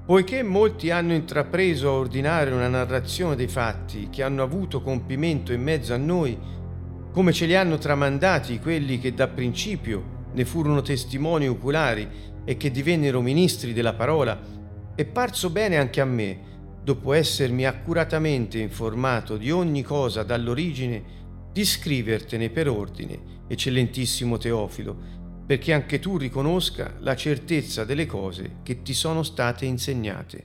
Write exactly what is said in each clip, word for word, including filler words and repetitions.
Poiché molti hanno intrapreso a ordinare una narrazione dei fatti che hanno avuto compimento in mezzo a noi, come ce li hanno tramandati quelli che da principio ne furono testimoni oculari e che divennero ministri della parola, è parso bene anche a me, dopo essermi accuratamente informato di ogni cosa dall'origine, di scrivertene per ordine, eccellentissimo Teofilo, perché anche tu riconosca la certezza delle cose che ti sono state insegnate.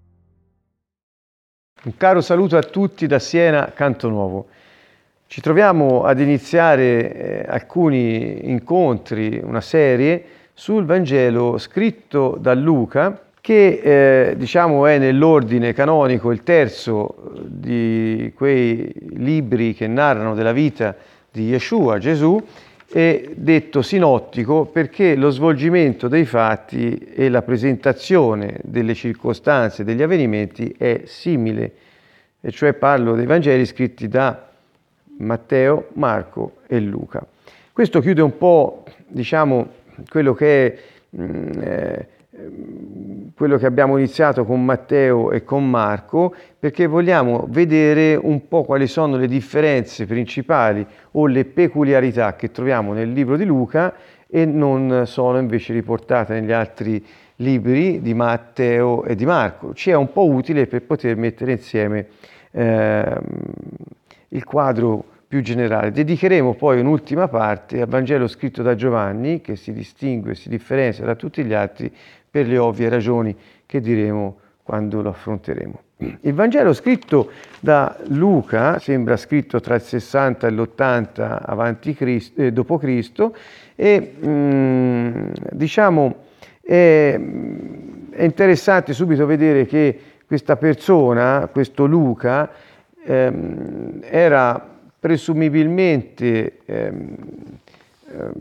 Un caro saluto a tutti da Siena, Canto Nuovo. Ci troviamo ad iniziare eh, alcuni incontri, una serie sul Vangelo scritto da Luca, che eh, diciamo è nell'ordine canonico il terzo di quei libri che narrano della vita di Yeshua, Gesù, è detto sinottico perché lo svolgimento dei fatti e la presentazione delle circostanze, degli avvenimenti è simile, e cioè parlo dei Vangeli scritti da Matteo, Marco e Luca. Questo chiude un po', diciamo, quello che è mh, eh, quello che abbiamo iniziato con Matteo e con Marco, perché vogliamo vedere un po' quali sono le differenze principali o le peculiarità che troviamo nel libro di Luca e non sono invece riportate negli altri libri di Matteo e di Marco. Ci è un po' utile per poter mettere insieme eh, il quadro più generale. Dedicheremo poi un'ultima parte al Vangelo scritto da Giovanni, che si distingue, si differenzia da tutti gli altri per le ovvie ragioni che diremo quando lo affronteremo. Il Vangelo scritto da Luca sembra scritto tra il sessanta e l'ottanta avanti Cristo, eh, dopo Cristo e mh, diciamo è, è interessante subito vedere che questa persona, questo Luca, ehm, era presumibilmente ehm, ehm,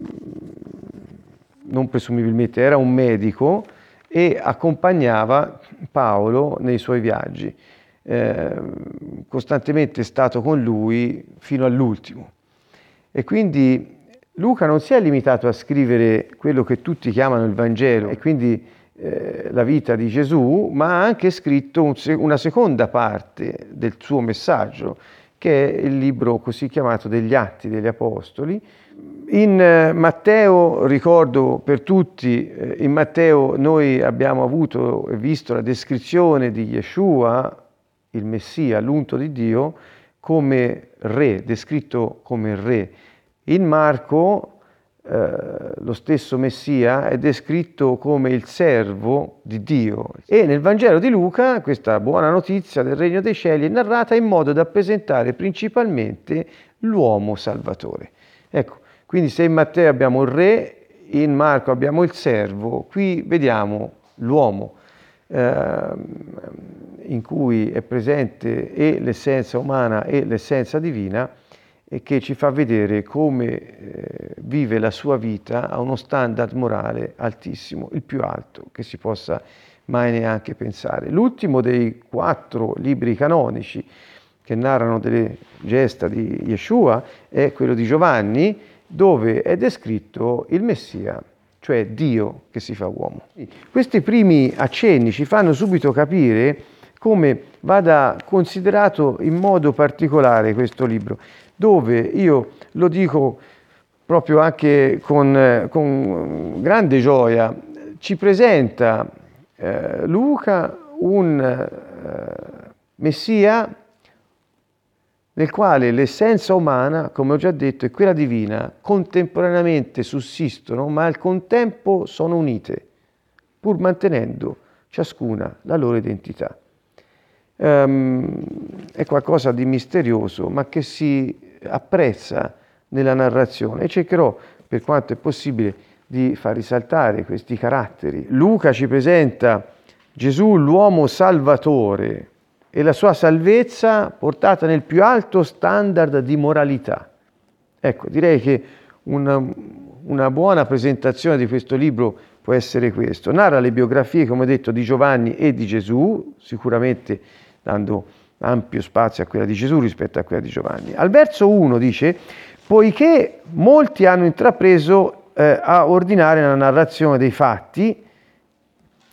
non presumibilmente era un medico e accompagnava Paolo nei suoi viaggi, eh, costantemente è stato con lui fino all'ultimo. E quindi Luca non si è limitato a scrivere quello che tutti chiamano il Vangelo, e quindi eh, la vita di Gesù, ma ha anche scritto un, una seconda parte del suo messaggio, che è il libro così chiamato degli Atti degli Apostoli. In Matteo, ricordo per tutti, in Matteo noi abbiamo avuto e visto la descrizione di Yeshua, il Messia, l'unto di Dio, come re, descritto come re. In Marco eh, lo stesso Messia è descritto come il servo di Dio. E nel Vangelo di Luca questa buona notizia del Regno dei Cieli è narrata in modo da presentare principalmente l'uomo salvatore. Ecco, quindi se in Matteo abbiamo il re, in Marco abbiamo il servo, qui vediamo l'uomo eh, in cui è presente e l'essenza umana e l'essenza divina, e che ci fa vedere come eh, vive la sua vita a uno standard morale altissimo, il più alto che si possa mai neanche pensare. L'ultimo dei quattro libri canonici che narrano delle gesta di Yeshua è quello di Giovanni, dove è descritto il Messia, cioè Dio che si fa uomo. Questi primi accenni ci fanno subito capire come vada considerato in modo particolare questo libro, dove io lo dico proprio anche con, con grande gioia, ci presenta eh, Luca un eh, Messia nel quale l'essenza umana, come ho già detto, e quella divina contemporaneamente sussistono, ma al contempo sono unite, pur mantenendo ciascuna la loro identità. Um, è qualcosa di misterioso, ma che si apprezza nella narrazione, e cercherò, per quanto è possibile, di far risaltare questi caratteri. Luca ci presenta Gesù, l'uomo salvatore, e la sua salvezza portata nel più alto standard di moralità. Ecco, direi che una, una buona presentazione di questo libro può essere questo. Narra le biografie, come ho detto, di Giovanni e di Gesù, sicuramente dando ampio spazio a quella di Gesù rispetto a quella di Giovanni. Al verso uno dice: poiché molti hanno intrapreso eh, a ordinare la narrazione dei fatti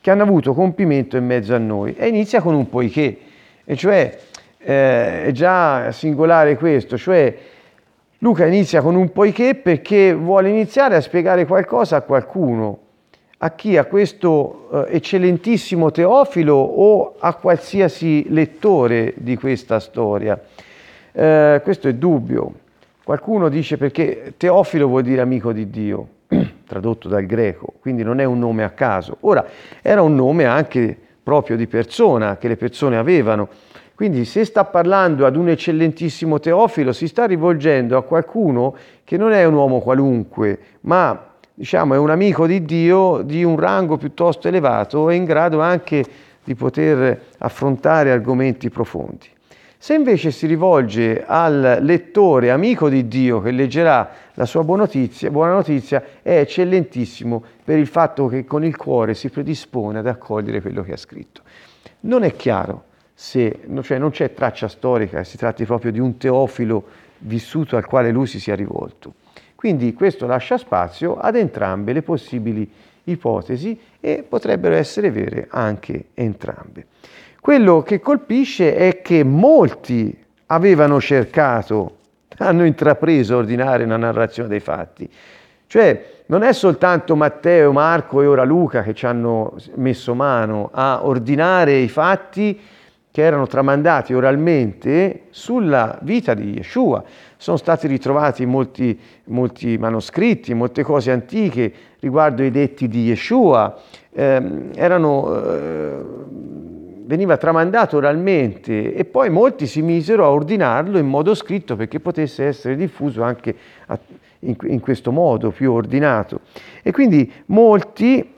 che hanno avuto compimento in mezzo a noi. E inizia con un poiché, e cioè eh, è già singolare questo, cioè Luca inizia con un poiché perché vuole iniziare a spiegare qualcosa a qualcuno, a chi? A questo eh, eccellentissimo Teofilo o a qualsiasi lettore di questa storia. Eh, questo è dubbio. Qualcuno dice perché Teofilo vuol dire amico di Dio, tradotto dal greco, quindi non è un nome a caso. Ora, era un nome anche proprio di persona che le persone avevano. Quindi se sta parlando ad un eccellentissimo Teofilo, si sta rivolgendo a qualcuno che non è un uomo qualunque, ma diciamo è un amico di Dio di un rango piuttosto elevato e in grado anche di poter affrontare argomenti profondi. Se invece si rivolge al lettore amico di Dio che leggerà la sua buona notizia, buona notizia, è eccellentissimo per il fatto che con il cuore si predispone ad accogliere quello che ha scritto. Non è chiaro se, cioè non c'è traccia storica, si tratti proprio di un Teofilo vissuto al quale lui si sia rivolto. Quindi questo lascia spazio ad entrambe le possibili ipotesi e potrebbero essere vere anche entrambe. Quello che colpisce è che molti avevano cercato, hanno intrapreso a ordinare una narrazione dei fatti. Cioè non è soltanto Matteo, Marco e ora Luca che ci hanno messo mano a ordinare i fatti che erano tramandati oralmente sulla vita di Yeshua. Sono stati ritrovati molti, molti manoscritti, molte cose antiche riguardo i detti di Yeshua. Eh, erano, eh, veniva tramandato oralmente e poi molti si misero a ordinarlo in modo scritto perché potesse essere diffuso anche a, in, in questo modo più ordinato. E quindi molti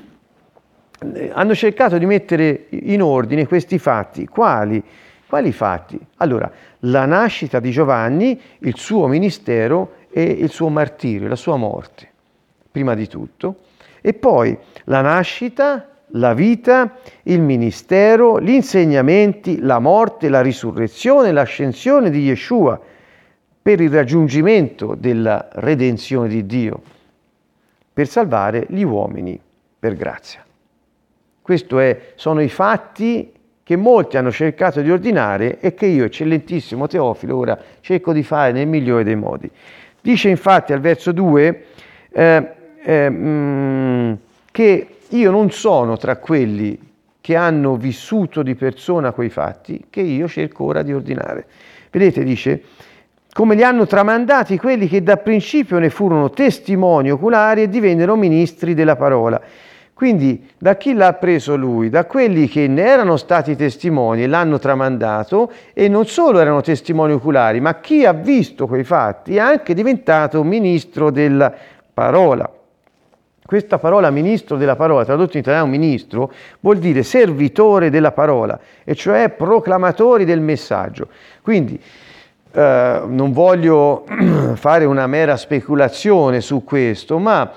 hanno cercato di mettere in ordine questi fatti. Quali? Quali fatti? Allora, la nascita di Giovanni, il suo ministero e il suo martirio, la sua morte, prima di tutto, e poi la nascita, la vita, il ministero, gli insegnamenti, la morte, la risurrezione, l'ascensione di Yeshua per il raggiungimento della redenzione di Dio, per salvare gli uomini per grazia. Questi sono i fatti che molti hanno cercato di ordinare e che io, eccellentissimo Teofilo, ora cerco di fare nel migliore dei modi. Dice infatti al verso due eh, eh, mh, che io non sono tra quelli che hanno vissuto di persona quei fatti che io cerco ora di ordinare. Vedete, dice, come li hanno tramandati quelli che da principio ne furono testimoni oculari e divennero ministri della parola. Quindi da chi l'ha preso lui? Da quelli che ne erano stati testimoni e l'hanno tramandato e non solo erano testimoni oculari, ma chi ha visto quei fatti è anche diventato ministro della parola. Questa parola ministro della parola, tradotto in italiano ministro, vuol dire servitore della parola, e cioè proclamatori del messaggio. Quindi eh, non voglio fare una mera speculazione su questo, ma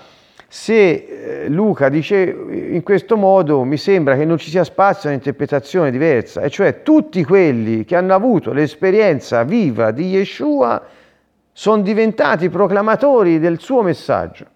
se Luca dice in questo modo mi sembra che non ci sia spazio a un'interpretazione diversa, e cioè tutti quelli che hanno avuto l'esperienza viva di Yeshua sono diventati proclamatori del suo messaggio.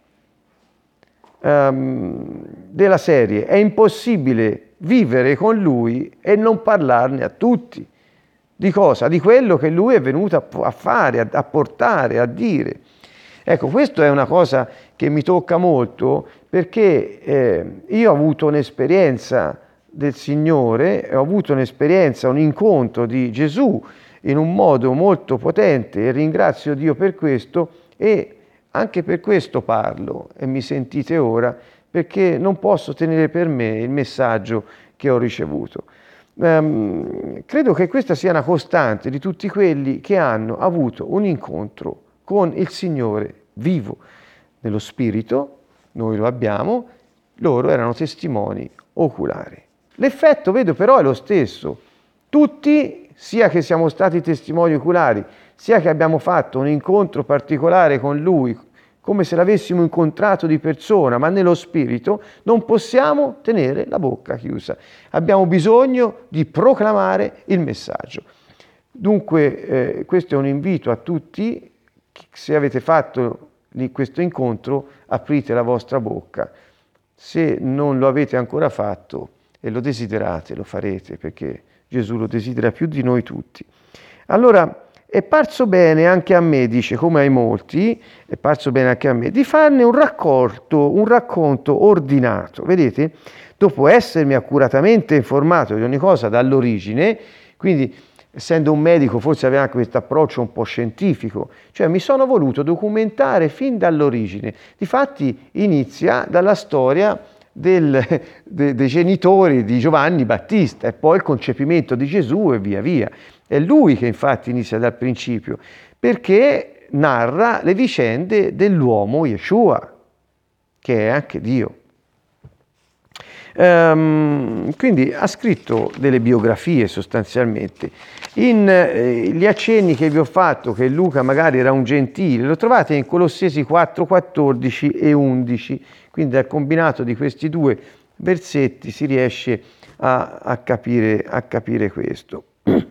Um, della serie è impossibile vivere con lui e non parlarne a tutti. Di cosa? Di quello che lui è venuto a, a fare, a, a portare, a dire. Ecco, questo è una cosa che mi tocca molto perché eh, io ho avuto un'esperienza del Signore, ho avuto un'esperienza, un incontro di Gesù in un modo molto potente e ringrazio Dio per questo e anche per questo parlo e mi sentite ora perché non posso tenere per me il messaggio che ho ricevuto. Um, credo che questa sia una costante di tutti quelli che hanno avuto un incontro con il Signore vivo nello spirito, noi lo abbiamo, loro erano testimoni oculari. L'effetto, vedo, però è lo stesso. Tutti, sia che siamo stati testimoni oculari, sia che abbiamo fatto un incontro particolare con Lui, come se l'avessimo incontrato di persona, ma nello spirito, non possiamo tenere la bocca chiusa. Abbiamo bisogno di proclamare il messaggio. Dunque, eh, questo è un invito a tutti. Se avete fatto questo incontro, aprite la vostra bocca se non lo avete ancora fatto e lo desiderate, lo farete, perché Gesù lo desidera più di noi tutti. Allora, è parso bene anche a me, dice, come ai molti, è parso bene anche a me, di farne un raccolto, un racconto ordinato. Vedete? Dopo essermi accuratamente informato di ogni cosa dall'origine, quindi essendo un medico forse aveva anche questo approccio un po' scientifico, cioè mi sono voluto documentare fin dall'origine. Difatti inizia dalla storia del, de, dei genitori di Giovanni Battista e poi il concepimento di Gesù e via via. È lui che infatti inizia dal principio, perché narra le vicende dell'uomo Yeshua, che è anche Dio. Um, quindi ha scritto delle biografie sostanzialmente. In eh, gli accenni che vi ho fatto, che Luca magari era un gentile, lo trovate in Colossesi quattro, quattordici e undici, quindi dal combinato di questi due versetti si riesce a, a, capire, a capire questo.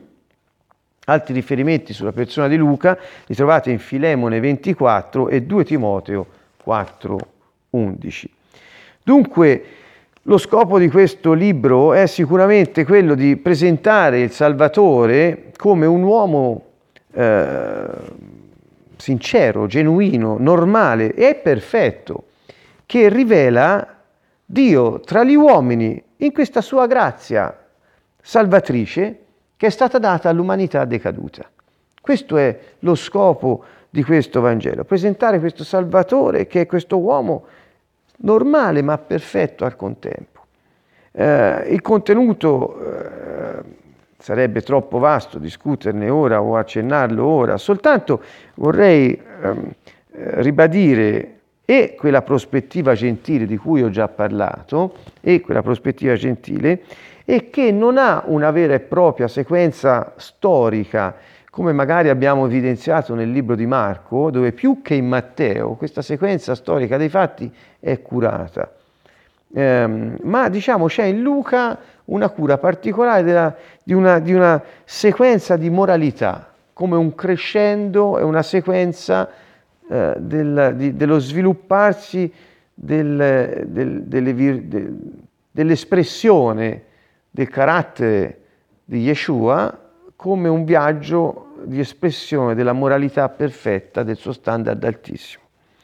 Altri riferimenti sulla persona di Luca li trovate in Filemone ventiquattro e due Timoteo quattro undici. Dunque, lo scopo di questo libro è sicuramente quello di presentare il Salvatore come un uomo eh, sincero, genuino, normale e perfetto, che rivela Dio tra gli uomini in questa sua grazia salvatrice che è stata data all'umanità decaduta. Questo è lo scopo di questo Vangelo, presentare questo Salvatore che è questo uomo normale ma perfetto al contempo. Eh, il contenuto eh, sarebbe troppo vasto discuterne ora o accennarlo ora, soltanto vorrei ehm, ribadire e quella prospettiva gentile di cui ho già parlato, e quella prospettiva gentile, e che non ha una vera e propria sequenza storica, come magari abbiamo evidenziato nel libro di Marco, dove più che in Matteo questa sequenza storica dei fatti è curata. Eh, ma diciamo c'è in Luca una cura particolare della, di, una, di una sequenza di moralità, come un crescendo e una sequenza eh, del, di, dello svilupparsi del, del, delle, del, dell'espressione del carattere di Yeshua come un viaggio di espressione della moralità perfetta del suo standard altissimo.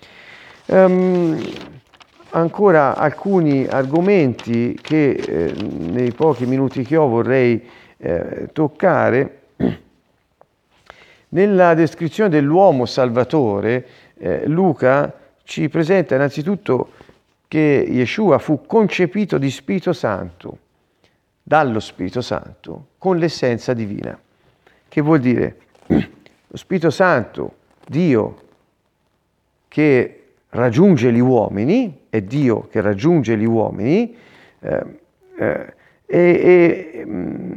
Um, ancora alcuni argomenti che eh, nei pochi minuti che ho vorrei eh, toccare. Nella descrizione dell'uomo salvatore, eh, Luca ci presenta innanzitutto che Yeshua fu concepito di Spirito Santo, dallo Spirito Santo, con l'essenza divina. Che vuol dire? Lo Spirito Santo, Dio che raggiunge gli uomini, è Dio che raggiunge gli uomini, eh, eh, e, e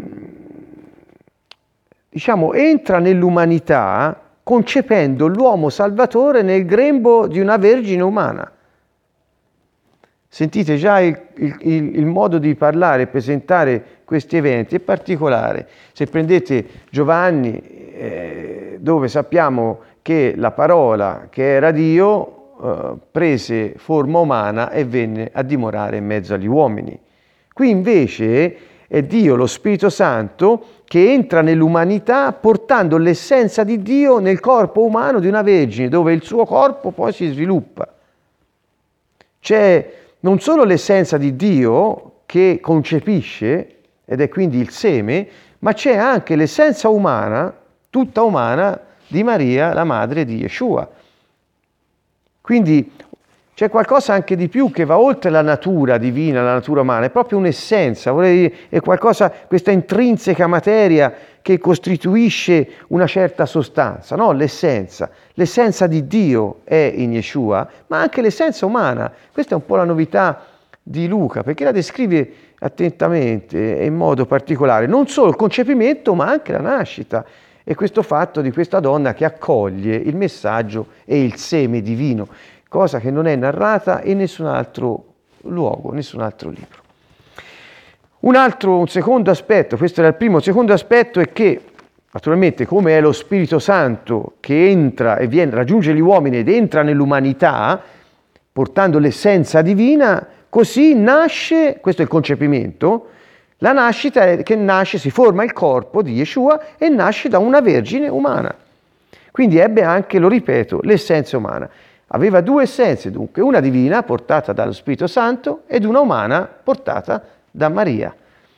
diciamo entra nell'umanità concependo l'uomo salvatore nel grembo di una vergine umana. Sentite già il, il, il modo di parlare e presentare questi eventi è particolare. Se prendete Giovanni, eh, dove sappiamo che la parola che era Dio eh, prese forma umana e venne a dimorare in mezzo agli uomini. Qui invece è Dio, lo Spirito Santo, che entra nell'umanità portando l'essenza di Dio nel corpo umano di una vergine, dove il suo corpo poi si sviluppa. C'è non solo l'essenza di Dio che concepisce, ed è quindi il seme, ma c'è anche l'essenza umana, tutta umana, di Maria, la madre di Yeshua. Quindi c'è qualcosa anche di più che va oltre la natura divina, la natura umana, è proprio un'essenza, vorrei dire, è qualcosa, questa intrinseca materia che costituisce una certa sostanza, no? L'essenza. L'essenza di Dio è in Yeshua, ma anche l'essenza umana. Questa è un po' la novità di Luca, perché la descrive attentamente e in modo particolare, non solo il concepimento, ma anche la nascita. E questo fatto di questa donna che accoglie il messaggio e il seme divino, cosa che non è narrata in nessun altro luogo, nessun altro libro. Un altro, un secondo aspetto, questo era il primo, il secondo aspetto è che, naturalmente, come è lo Spirito Santo che entra e viene, raggiunge gli uomini ed entra nell'umanità, portando l'essenza divina, così nasce, questo è il concepimento, la nascita è che nasce, si forma il corpo di Yeshua e nasce da una vergine umana. Quindi ebbe anche, lo ripeto, l'essenza umana. Aveva due essenze dunque, una divina portata dallo Spirito Santo ed una umana portata da Maria.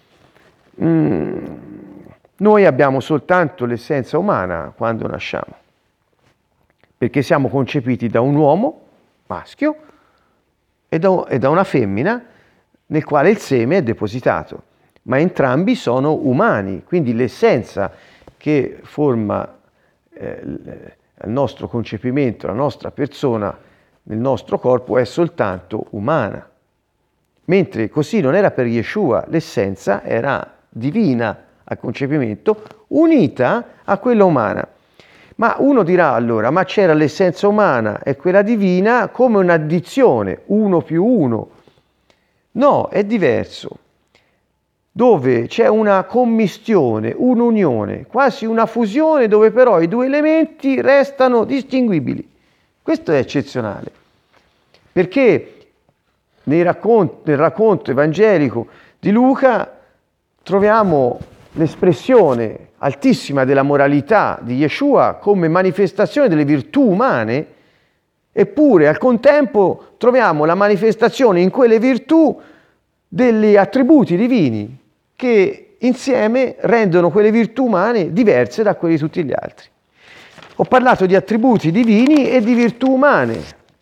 Mm. Noi abbiamo soltanto l'essenza umana quando nasciamo, perché siamo concepiti da un uomo maschio e da, e da una femmina nel quale il seme è depositato. Ma entrambi sono umani, quindi l'essenza che forma eh, il nostro concepimento, la nostra persona nel nostro corpo è soltanto umana. Mentre così non era per Yeshua, l'essenza era divina al concepimento, unita a quella umana. Ma uno dirà allora, ma c'era l'essenza umana e quella divina come un'addizione, uno più uno. No, è diverso. Dove c'è una commistione, un'unione, quasi una fusione, dove però i due elementi restano distinguibili. Questo è eccezionale, perché nei racconti, nel racconto evangelico di Luca troviamo l'espressione altissima della moralità di Yeshua come manifestazione delle virtù umane, eppure al contempo troviamo la manifestazione in quelle virtù degli attributi divini che insieme rendono quelle virtù umane diverse da quelle di tutti gli altri. Ho parlato di attributi divini e di virtù umane,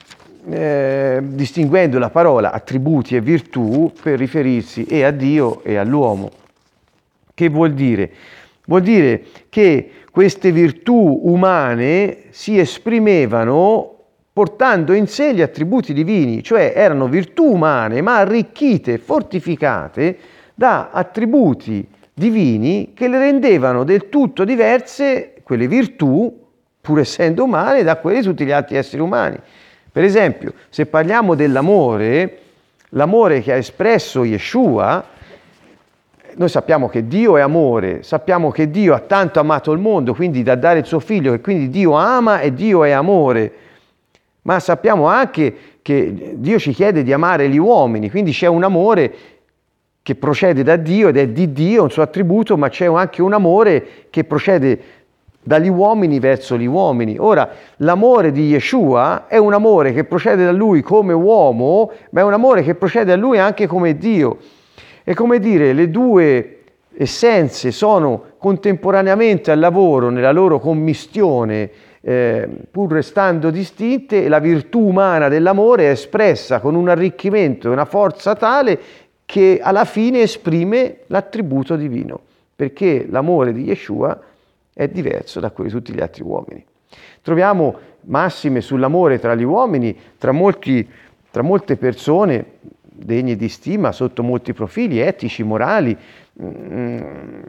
eh, distinguendo la parola attributi e virtù per riferirsi e a Dio e all'uomo. Che vuol dire? Vuol dire che queste virtù umane si esprimevano portando in sé gli attributi divini, cioè erano virtù umane ma arricchite, fortificate da attributi divini che le rendevano del tutto diverse, quelle virtù, pur essendo umane, da quelle di tutti gli altri esseri umani. Per esempio, se parliamo dell'amore, l'amore che ha espresso Yeshua, noi sappiamo che Dio è amore, sappiamo che Dio ha tanto amato il mondo, quindi da dare il suo figlio, che quindi Dio ama e Dio è amore. Ma sappiamo anche che Dio ci chiede di amare gli uomini, quindi c'è un amore che procede da Dio ed è di Dio, un suo attributo, ma c'è anche un amore che procede dagli uomini verso gli uomini. Ora, l'amore di Yeshua è un amore che procede da Lui come uomo, ma è un amore che procede da Lui anche come Dio. È come dire, le due essenze sono contemporaneamente al lavoro nella loro commistione, eh, pur restando distinte, e la virtù umana dell'amore è espressa con un arricchimento e una forza tale che alla fine esprime l'attributo divino, perché l'amore di Yeshua è diverso da quello di tutti gli altri uomini. Troviamo massime sull'amore tra gli uomini, tra, molti, tra molte persone degne di stima sotto molti profili etici, morali. Mm,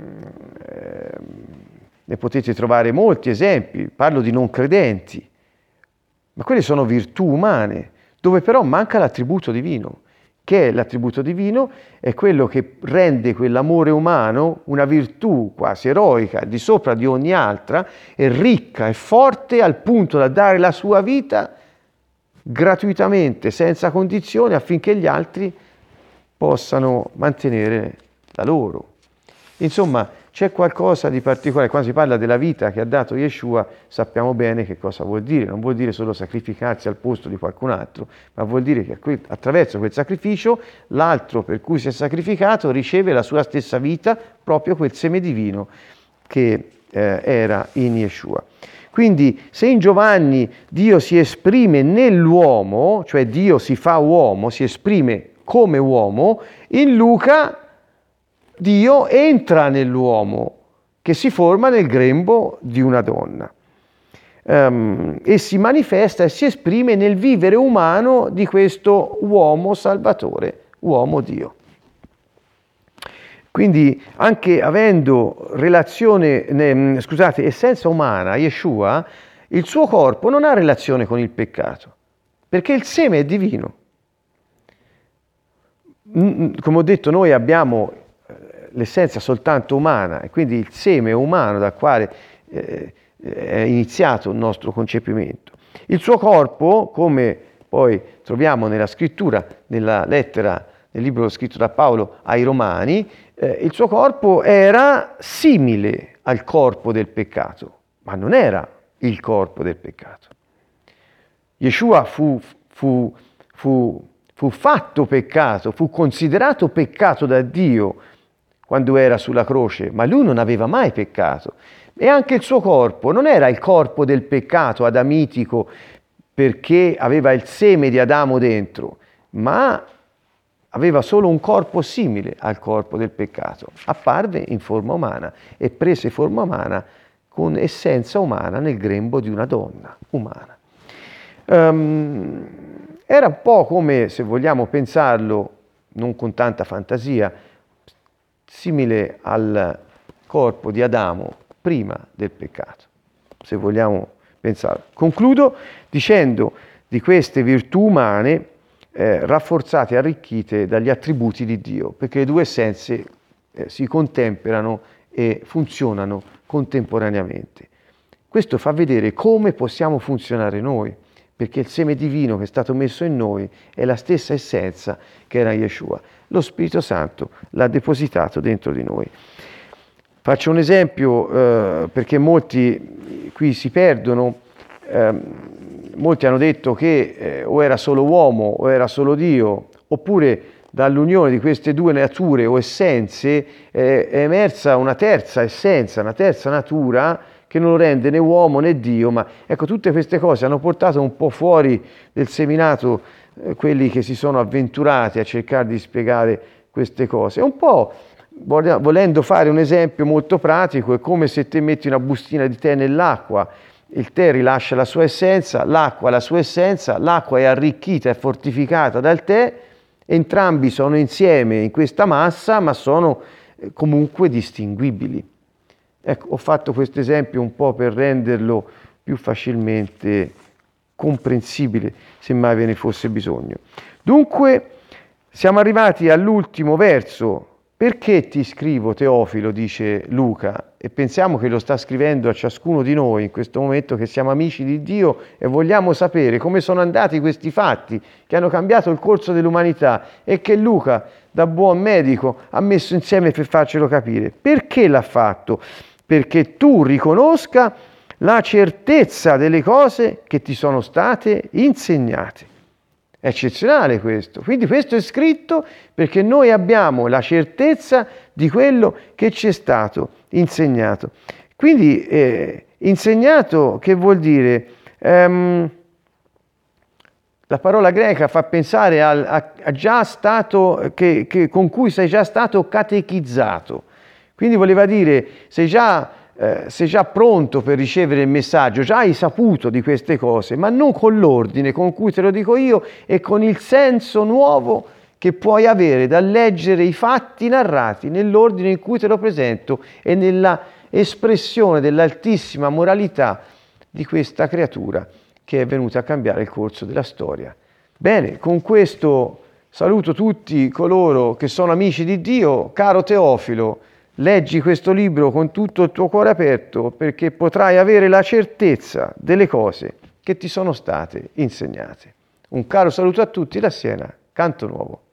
eh, ne potete trovare molti esempi, parlo di non credenti, ma quelle sono virtù umane, dove però manca l'attributo divino. Che è l'attributo divino? È quello che rende quell'amore umano una virtù quasi eroica, di sopra di ogni altra, e ricca e forte al punto da dare la sua vita gratuitamente, senza condizioni, affinché gli altri possano mantenere la loro. Insomma, c'è qualcosa di particolare. Quando si parla della vita che ha dato Yeshua, sappiamo bene che cosa vuol dire. Non vuol dire solo sacrificarsi al posto di qualcun altro, ma vuol dire che attraverso quel sacrificio l'altro per cui si è sacrificato riceve la sua stessa vita, proprio quel seme divino che eh, era in Yeshua. Quindi se in Giovanni Dio si esprime nell'uomo, cioè Dio si fa uomo, si esprime come uomo, in Luca Dio entra nell'uomo che si forma nel grembo di una donna um, e si manifesta e si esprime nel vivere umano di questo uomo salvatore, uomo Dio. Quindi anche avendo relazione, eh, scusate, essenza umana, Yeshua, il suo corpo non ha relazione con il peccato, perché il seme è divino. Come ho detto, noi abbiamo l'essenza soltanto umana e quindi il seme umano dal quale eh, è iniziato il nostro concepimento. Il suo corpo, come poi troviamo nella scrittura, nella lettera, nel libro scritto da Paolo ai Romani, eh, il suo corpo era simile al corpo del peccato, ma non era il corpo del peccato. Yeshua fu, fu, fu, fu fatto peccato, fu considerato peccato da Dio quando era sulla croce, ma lui non aveva mai peccato. E anche il suo corpo non era il corpo del peccato adamitico perché aveva il seme di Adamo dentro, ma aveva solo un corpo simile al corpo del peccato. Apparve in forma umana e prese forma umana con essenza umana nel grembo di una donna umana. Um, era un po' come, se vogliamo pensarlo, non con tanta fantasia, simile al corpo di Adamo prima del peccato, se vogliamo pensarlo. Concludo dicendo di queste virtù umane eh, rafforzate e arricchite dagli attributi di Dio, perché le due essenze eh, si contemperano e funzionano contemporaneamente. Questo fa vedere come possiamo funzionare noi, perché il seme divino che è stato messo in noi è la stessa essenza che era Yeshua. Lo Spirito Santo l'ha depositato dentro di noi. Faccio un esempio eh, perché molti qui si perdono, eh, molti hanno detto che eh, o era solo uomo o era solo Dio, oppure dall'unione di queste due nature o essenze eh, è emersa una terza essenza, una terza natura che non lo rende né uomo né Dio, ma ecco, tutte queste cose hanno portato un po' fuori del seminato eh, quelli che si sono avventurati a cercare di spiegare queste cose. Un po', volendo fare un esempio molto pratico, è come se te metti una bustina di tè nell'acqua, il tè rilascia la sua essenza, l'acqua la sua essenza, l'acqua è arricchita e fortificata dal tè, entrambi sono insieme in questa massa, ma sono eh, comunque distinguibili. Ecco, ho fatto questo esempio un po' per renderlo più facilmente comprensibile, se mai ve ne fosse bisogno. Dunque, siamo arrivati all'ultimo verso. Perché ti scrivo, Teofilo, dice Luca, e pensiamo che lo sta scrivendo a ciascuno di noi in questo momento che siamo amici di Dio e vogliamo sapere come sono andati questi fatti che hanno cambiato il corso dell'umanità e che Luca, da buon medico, ha messo insieme per farcelo capire. Perché l'ha fatto? Perché tu riconosca la certezza delle cose che ti sono state insegnate. È eccezionale questo. Quindi questo è scritto perché noi abbiamo la certezza di quello che ci è stato insegnato. Quindi eh, insegnato che vuol dire? Um, la parola greca fa pensare a, a, a già stato, che, che, con cui sei già stato catechizzato. Quindi voleva dire sei già... Eh, sei già pronto per ricevere il messaggio, già hai saputo di queste cose, ma non con l'ordine con cui te lo dico io e con il senso nuovo che puoi avere dal leggere i fatti narrati nell'ordine in cui te lo presento e nella espressione dell'altissima moralità di questa creatura che è venuta a cambiare il corso della storia. Bene, con questo saluto tutti coloro che sono amici di Dio. Caro Teofilo, leggi questo libro con tutto il tuo cuore aperto perché potrai avere la certezza delle cose che ti sono state insegnate. Un caro saluto a tutti da Siena, Canto Nuovo.